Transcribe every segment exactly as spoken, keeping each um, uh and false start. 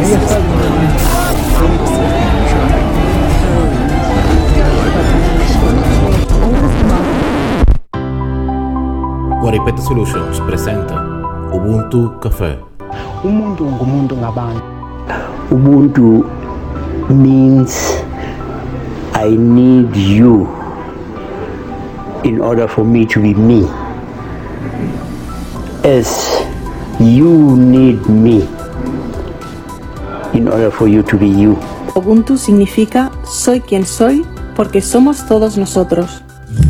Guaripeta Solutions presenta Ubuntu Café. Umuntu ngumuntu ngabantu. Ubuntu means I need you in order for me to be me, as you need me in order for you to be you. Ubuntu significa soy quien soy porque somos todos nosotros.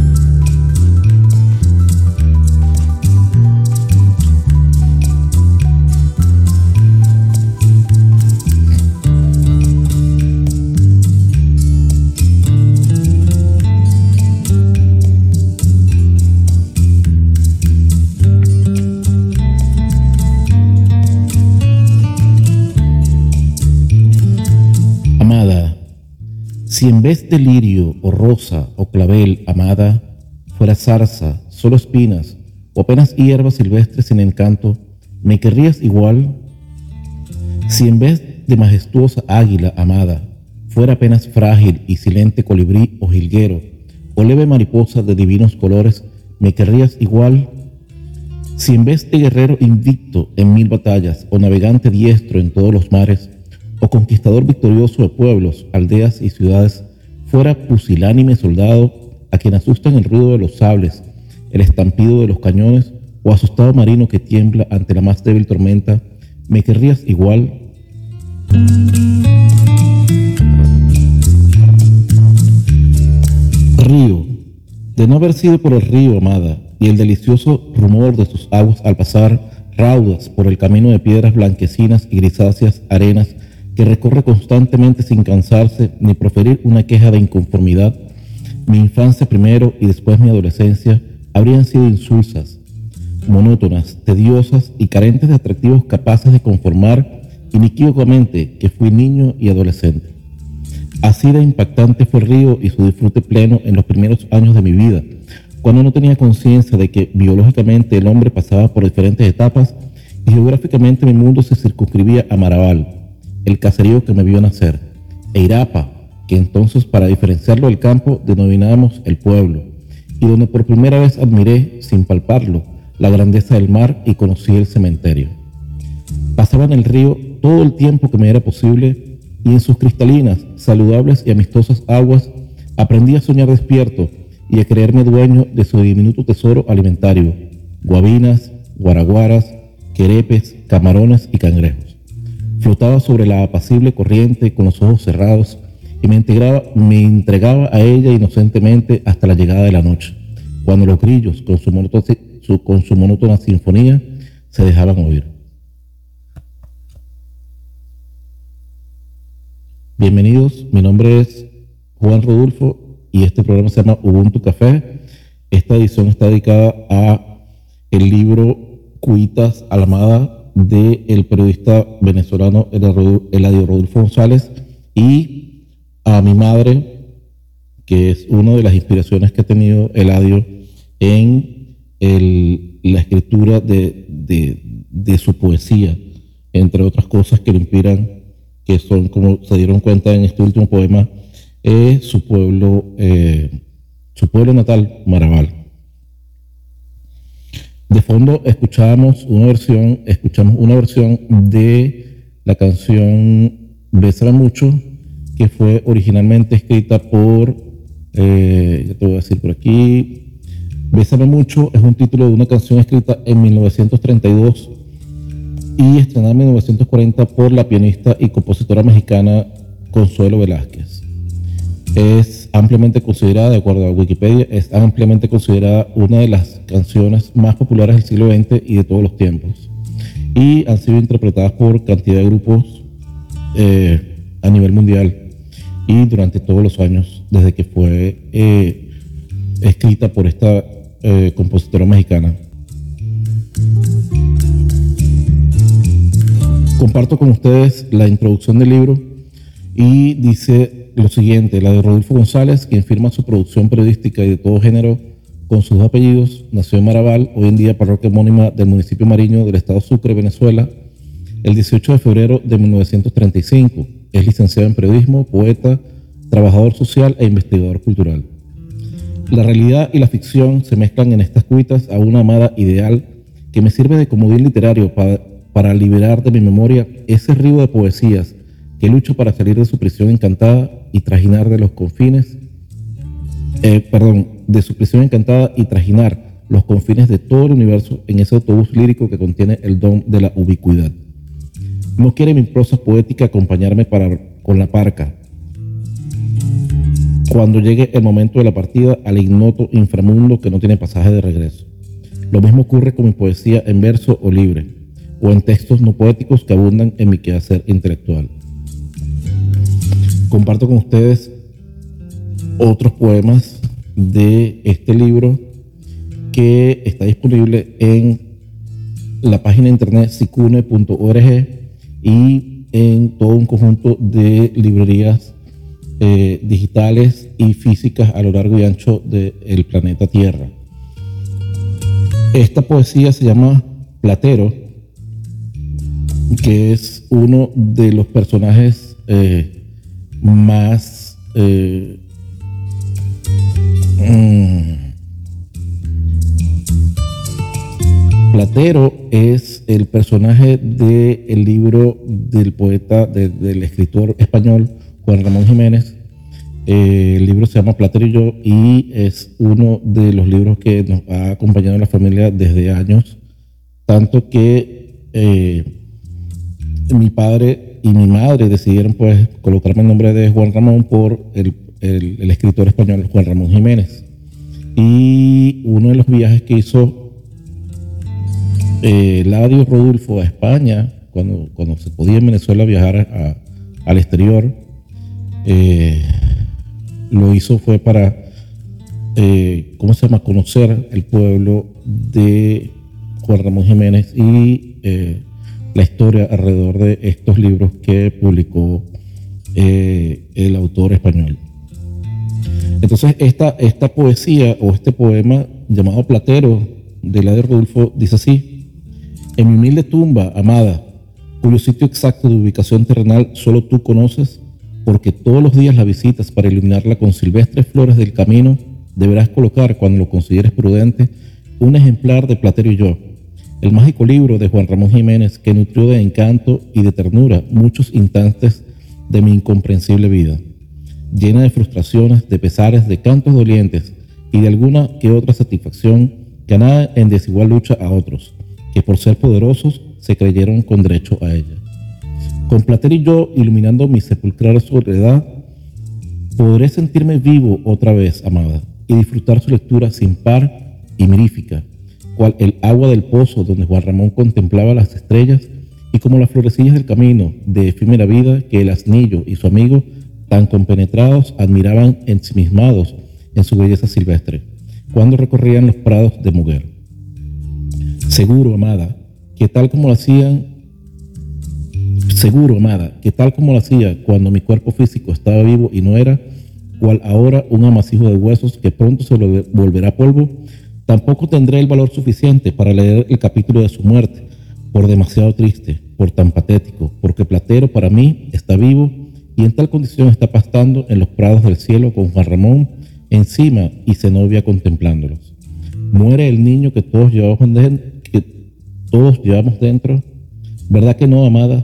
Amada, si en vez de lirio o rosa o clavel, amada, fuera zarza, solo espinas o apenas hierbas silvestres sin encanto, ¿me querrías igual? Si en vez de majestuosa águila, amada, fuera apenas frágil y silente colibrí o jilguero o leve mariposa de divinos colores, ¿me querrías igual? Si en vez de guerrero invicto en mil batallas o navegante diestro en todos los mares, o conquistador victorioso de pueblos, aldeas y ciudades, fuera pusilánime soldado a quien asustan el ruido de los sables, el estampido de los cañones, o asustado marino que tiembla ante la más débil tormenta, ¿me querrías igual? Río, de no haber sido por el río, amada, y el delicioso rumor de sus aguas al pasar raudas por el camino de piedras blanquecinas y grisáceas arenas, que recorre constantemente sin cansarse ni proferir una queja de inconformidad, mi infancia primero y después mi adolescencia habrían sido insulsas, monótonas, tediosas y carentes de atractivos capaces de conformar inequívocamente que fui niño y adolescente. Así de impactante fue el río y su disfrute pleno en los primeros años de mi vida, cuando no tenía conciencia de que biológicamente el hombre pasaba por diferentes etapas y geográficamente mi mundo se circunscribía a Maraval, el caserío que me vio nacer, e Irapa, que entonces para diferenciarlo del campo denominábamos el pueblo, y donde por primera vez admiré, sin palparlo, la grandeza del mar y conocí el cementerio. Pasaba en el río todo el tiempo que me era posible y en sus cristalinas, saludables y amistosas aguas aprendí a soñar despierto y a creerme dueño de su diminuto tesoro alimentario, guabinas, guaraguaras, querepes, camarones y cangrejos. Flotaba sobre la apacible corriente con los ojos cerrados y me, integraba, me entregaba a ella inocentemente hasta la llegada de la noche, cuando los grillos, con su, monótona, su, con su monótona sinfonía, se dejaban oír. Bienvenidos, mi nombre es Juan Rodulfo y este programa se llama Ubuntu Café. Esta edición está dedicada a el libro Cuitas a la Amada del periodista venezolano Eladio Rodulfo González y a mi madre, que es una de las inspiraciones que ha tenido Eladio en el, la escritura de, de, de su poesía, entre otras cosas que le inspiran, que son, como se dieron cuenta en este último poema, eh, su pueblo, eh, su pueblo natal, Maraval. De fondo escuchábamos una versión, escuchamos una versión de la canción Bésame Mucho, que fue originalmente escrita por, eh, ya te voy a decir por aquí, Bésame Mucho es un título de una canción escrita en mil novecientos treinta y dos y estrenada en mil novecientos cuarenta por la pianista y compositora mexicana Consuelo Velázquez. Es ampliamente considerada, de acuerdo a Wikipedia, es ampliamente considerada una de las canciones más populares del siglo veinte y de todos los tiempos. Y han sido interpretadas por cantidad de grupos eh, a nivel mundial y durante todos los años desde que fue eh, escrita por esta eh, compositora mexicana. Comparto con ustedes la introducción del libro y dice lo siguiente: Eladio Rodulfo González, quien firma su producción periodística y de todo género con sus dos apellidos, nació en Maraval, hoy en día parroquia homónima del municipio Mariño del estado Sucre, Venezuela, el dieciocho de febrero de mil novecientos treinta y cinco. Es licenciado en periodismo, poeta, trabajador social e investigador cultural. La realidad y la ficción se mezclan en estas cuitas a una amada ideal que me sirve de comodín literario para, para liberar de mi memoria ese río de poesías que lucho para salir de su prisión encantada y trajinar de los confines, eh, perdón, de su prisión encantada y trajinar los confines de todo el universo en ese autobús lírico que contiene el don de la ubicuidad. No quiere mi prosa poética acompañarme para, con la parca cuando llegue el momento de la partida al ignoto inframundo que no tiene pasaje de regreso. Lo mismo ocurre con mi poesía en verso o libre, o en textos no poéticos que abundan en mi quehacer intelectual. Comparto con ustedes otros poemas de este libro que está disponible en la página de internet sicune punto org y en todo un conjunto de librerías eh, digitales y físicas a lo largo y ancho del planeta Tierra. Esta poesía se llama Platero, que es uno de los personajes eh, más eh, mmm, Platero es el personaje del libro del poeta, de, del escritor español Juan Ramón Jiménez. Eh, el libro se llama Platero y yo y es uno de los libros que nos ha acompañado en la familia desde años, tanto que eh, mi padre y mi madre decidieron pues colocarme el nombre de Juan Ramón por el, el, el escritor español Juan Ramón Jiménez. Y uno de los viajes que hizo Eh, Ladio Rodulfo a España, cuando, cuando se podía en Venezuela viajar a, al exterior, eh, lo hizo fue para, eh, ¿cómo se llama?, conocer el pueblo de Juan Ramón Jiménez y eh, la historia alrededor de estos libros que publicó eh, el autor español. Entonces, esta, esta poesía o este poema llamado Platero de Ladio Rodulfo dice así: en mi humilde tumba, amada, cuyo sitio exacto de ubicación terrenal solo tú conoces, porque todos los días la visitas para iluminarla con silvestres flores del camino, deberás colocar, cuando lo consideres prudente, un ejemplar de Platero y yo, el mágico libro de Juan Ramón Jiménez que nutrió de encanto y de ternura muchos instantes de mi incomprensible vida, llena de frustraciones, de pesares, de cantos dolientes y de alguna que otra satisfacción ganada en desigual lucha a otros, que por ser poderosos se creyeron con derecho a ella. Con Platero y yo iluminando mi sepulcral soledad, podré sentirme vivo otra vez, amada, y disfrutar su lectura sin par y mirífica, cual el agua del pozo donde Juan Ramón contemplaba las estrellas, y como las florecillas del camino de efímera vida que el asnillo y su amigo, tan compenetrados, admiraban ensimismados en su belleza silvestre, cuando recorrían los prados de Muguer. Seguro, amada, que tal como lo hacían, seguro, amada, que tal como lo hacía cuando mi cuerpo físico estaba vivo y no era, cual ahora un amasijo de huesos que pronto se volverá polvo, tampoco tendré el valor suficiente para leer el capítulo de su muerte, por demasiado triste, por tan patético, porque Platero para mí está vivo y en tal condición está pastando en los prados del cielo con Juan Ramón encima y Zenobia contemplándolos. Muere el niño que todos llevamos dentro, que todos llevamos dentro, ¿verdad que no, amada?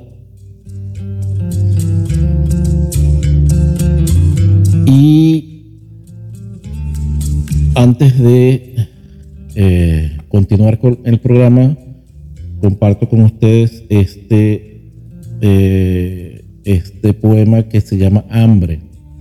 Y antes de eh, continuar con el programa, comparto con ustedes este, eh, este poema que se llama Hambre.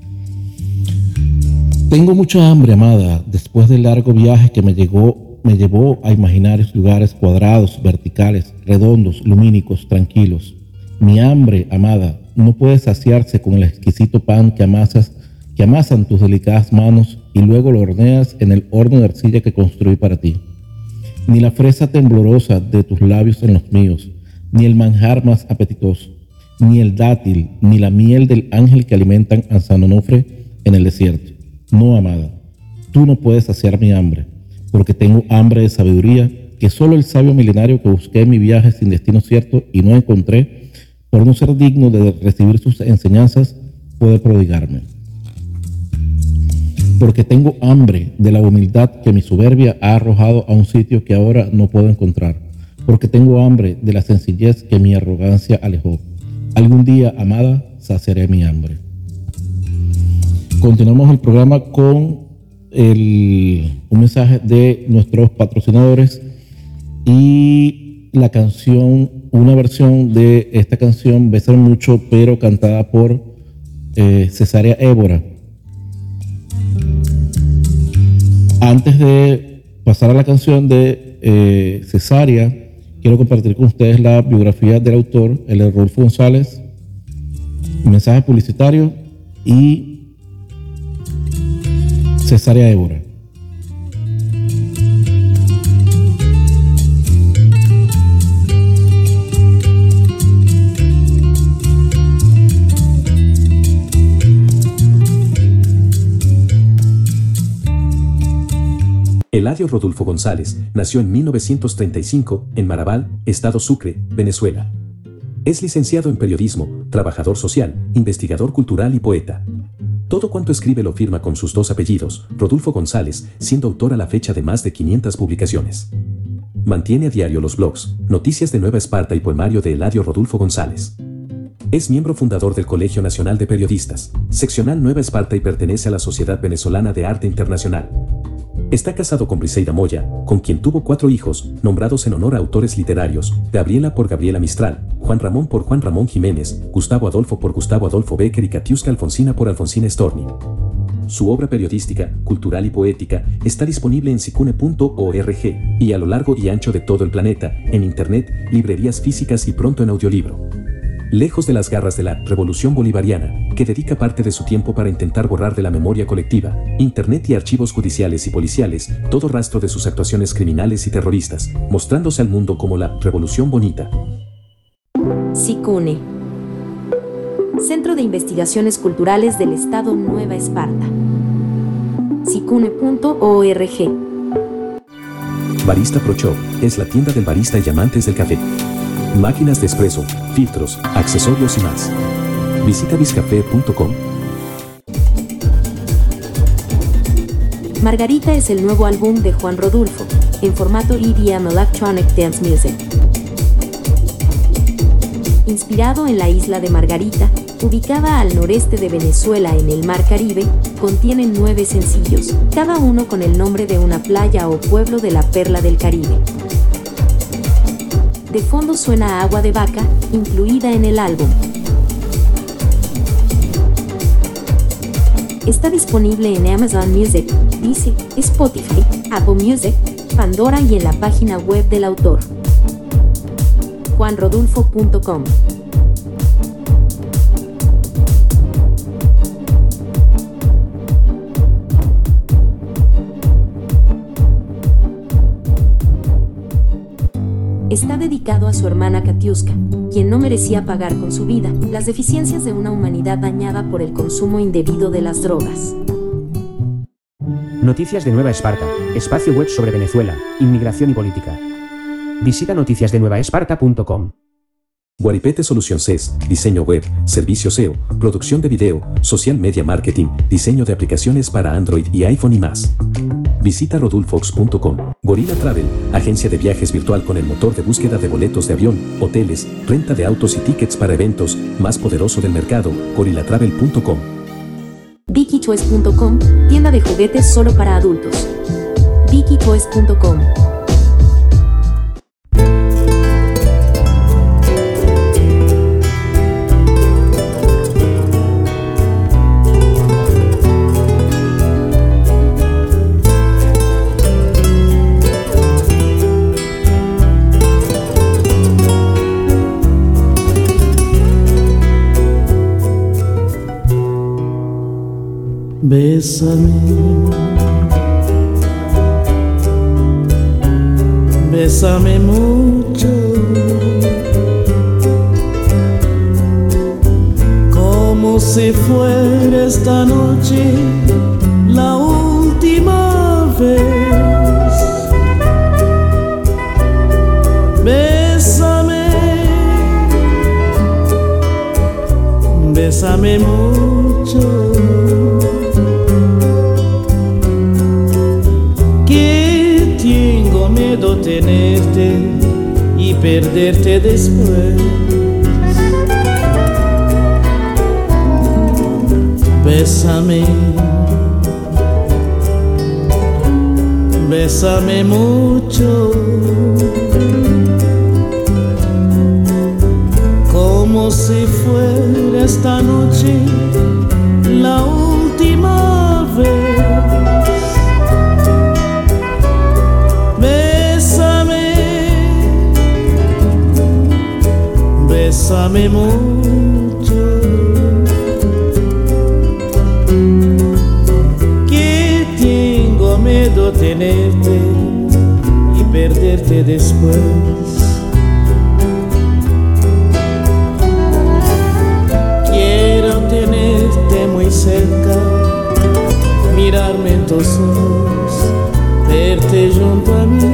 Tengo mucha hambre, amada, después del largo viaje que me, llegó, me llevó a imaginarios lugares cuadrados, verticales, redondos, lumínicos, tranquilos. Mi hambre, amada, no puede saciarse con el exquisito pan que amasas, que amasan tus delicadas manos y luego lo horneas en el horno de arcilla que construí para ti. Ni la fresa temblorosa de tus labios en los míos, ni el manjar más apetitoso, ni el dátil, ni la miel del ángel que alimentan a San Onofre en el desierto. No, amada, tú no puedes saciar mi hambre, porque tengo hambre de sabiduría que que solo el sabio milenario que busqué en mi viaje sin destino cierto y no encontré, por no ser digno de recibir sus enseñanzas, puede prodigarme. Porque tengo hambre de la humildad que mi soberbia ha arrojado a un sitio que ahora no puedo encontrar. Porque tengo hambre de la sencillez que mi arrogancia alejó. Algún día, amada, saciaré mi hambre. Continuamos el programa con el, un mensaje de nuestros patrocinadores y la canción, una versión de esta canción, Bésame Mucho, pero cantada por eh, Cesárea Évora. Antes de pasar a la canción de eh, Cesárea, quiero compartir con ustedes la biografía del autor, el de Rodolfo González, mensaje publicitario y Cesárea Évora. Eladio Rodolfo González nació en mil novecientos treinta y cinco en Marabal, Estado Sucre, Venezuela. Es licenciado en periodismo, trabajador social, investigador cultural y poeta. Todo cuanto escribe lo firma con sus dos apellidos, Rodolfo González, siendo autor a la fecha de más de quinientas publicaciones. Mantiene a diario los blogs, Noticias de Nueva Esparta y Poemario de Eladio Rodolfo González. Es miembro fundador del Colegio Nacional de Periodistas, seccional Nueva Esparta y pertenece a la Sociedad Venezolana de Arte Internacional. Está casado con Briseida Moya, con quien tuvo cuatro hijos, nombrados en honor a autores literarios: Gabriela por Gabriela Mistral, Juan Ramón por Juan Ramón Jiménez, Gustavo Adolfo por Gustavo Adolfo Becker y Katiuska Alfonsina por Alfonsina Storni. Su obra periodística, cultural y poética está disponible en sicune punto org y a lo largo y ancho de todo el planeta, en internet, librerías físicas y pronto en audiolibro. Lejos de las garras de la revolución bolivariana, que dedica parte de su tiempo para intentar borrar de la memoria colectiva, internet y archivos judiciales y policiales, todo rastro de sus actuaciones criminales y terroristas, mostrándose al mundo como la revolución bonita. Sicune, Centro de Investigaciones Culturales del Estado Nueva Esparta. sicune punto org. Barista Pro Shop es la tienda del barista y amantes del café. Máquinas de espresso, filtros, accesorios y más. Visita bizcafé punto com. Margarita es el nuevo álbum de Juan Rodolfo, en formato E D M Electronic Dance Music. Inspirado en la isla de Margarita, ubicada al noreste de Venezuela en el Mar Caribe, contiene nueve sencillos, cada uno con el nombre de una playa o pueblo de la perla del Caribe. De fondo suena Agua de Vaca, incluida en el álbum. Está disponible en Amazon Music, Deezer, Spotify, Apple Music, Pandora y en la página web del autor. juan rodolfo punto com. Está dedicado a su hermana Katiuska, quien no merecía pagar con su vida las deficiencias de una humanidad dañada por el consumo indebido de las drogas. Noticias de Nueva Esparta, espacio web sobre Venezuela, inmigración y política. Visita noticias de nueva esparta punto com. Guaripete Solución C E S, diseño web, servicio S E O, producción de video, social media marketing, diseño de aplicaciones para Android y iPhone y más. Visita rodulfox punto com. Gorilla Travel, agencia de viajes virtual con el motor de búsqueda de boletos de avión, hoteles, renta de autos y tickets para eventos, más poderoso del mercado, gorilla travel punto com. Vicky Toys punto com, tienda de juguetes solo para adultos. Vicky Toys punto com. Bésame, bésame mucho, como si fuera esta noche la última vez. Bésame, bésame mucho, que tengo miedo tenerte y perderte después. Bésame, bésame mucho, como si fuera esta noche la última vez. Bésame, bésame mucho, que tengo miedo tenerte y perderte después. Muy cerca, mirarme en tus ojos, verte junto a mí.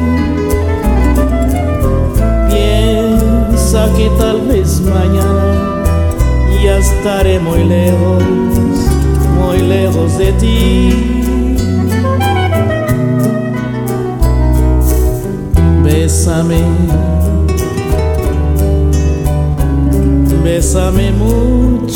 Piensa que tal vez mañana ya estaré muy lejos, muy lejos de ti. Bésame, bésame mucho,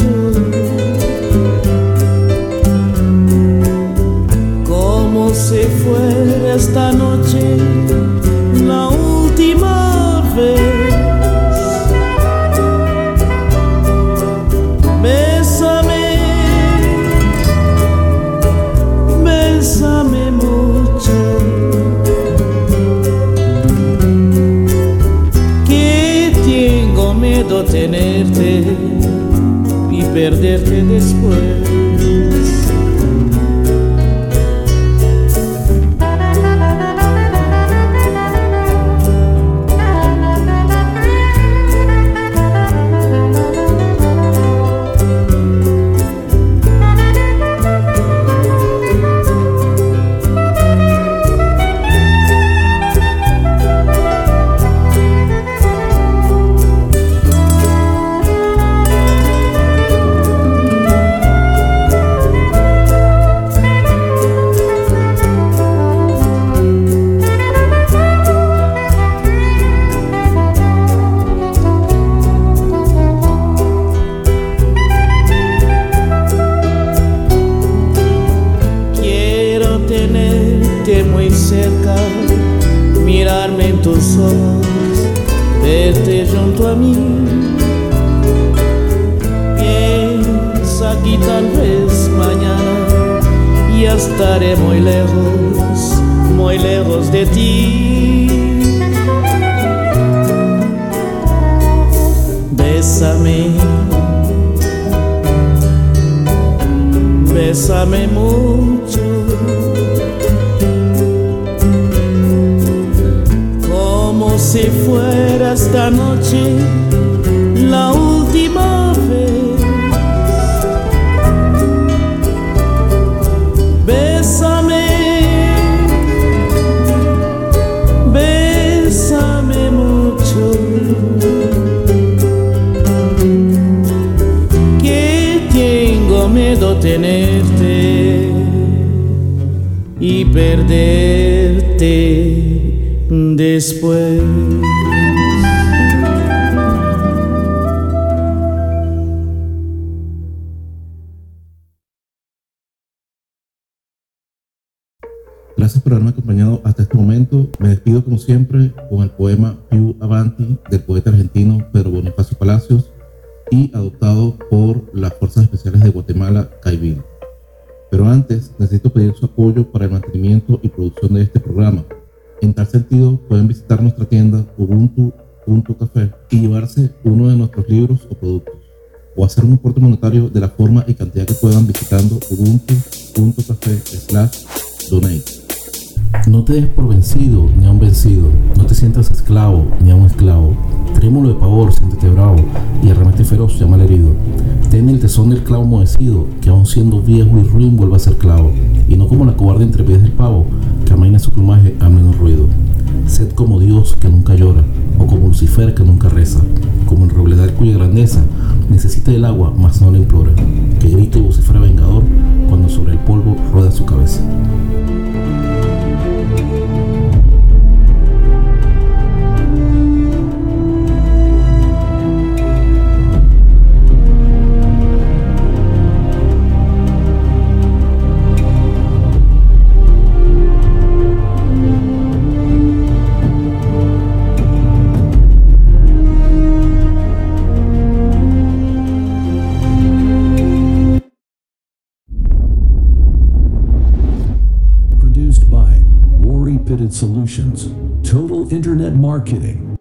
como si fuera esta noche la última vez. Bésame, bésame mucho, que tengo miedo tenerte y perderte después. Mirarme en tus ojos, verte junto a mí. Piensa que tal vez mañana ya estaré muy lejos, muy lejos de ti. Bésame, bésame mucho, como si fuera esta noche la última vez. Bésame, bésame mucho, que tengo miedo tenerte y perderte después. Gracias por haberme acompañado hasta este momento. Me despido como siempre con el poema Più Avanti del poeta argentino Pedro Bonifacio Palacios y adoptado por las Fuerzas Especiales de Guatemala, CAIBIL. Pero antes necesito pedir su apoyo para el mantenimiento y producción de este programa. En tal sentido, pueden visitar nuestra tienda ubuntu punto cafe y llevarse uno de nuestros libros o productos, o hacer un aporte monetario de la forma y cantidad que puedan visitando ubuntu punto cafe slash donate. No te des por vencido ni a un vencido, no te sientas esclavo ni a un esclavo. Trémulo de pavor, siéntete bravo, y arremete feroz, llama al herido. Ten el tesón del clavo enmohecido, que aun siendo viejo y ruin vuelva a ser clavo, y no como la cobarde entre pies del pavo, que amaina su plumaje a menos ruido. Sed como Dios que nunca llora, o como Lucifer que nunca reza, como el robledal cuya grandeza necesita el agua, mas no la implora, que grite y vocifera vengador cuando sobre el polvo rueda su cabeza. Solutions, Total Internet Marketing.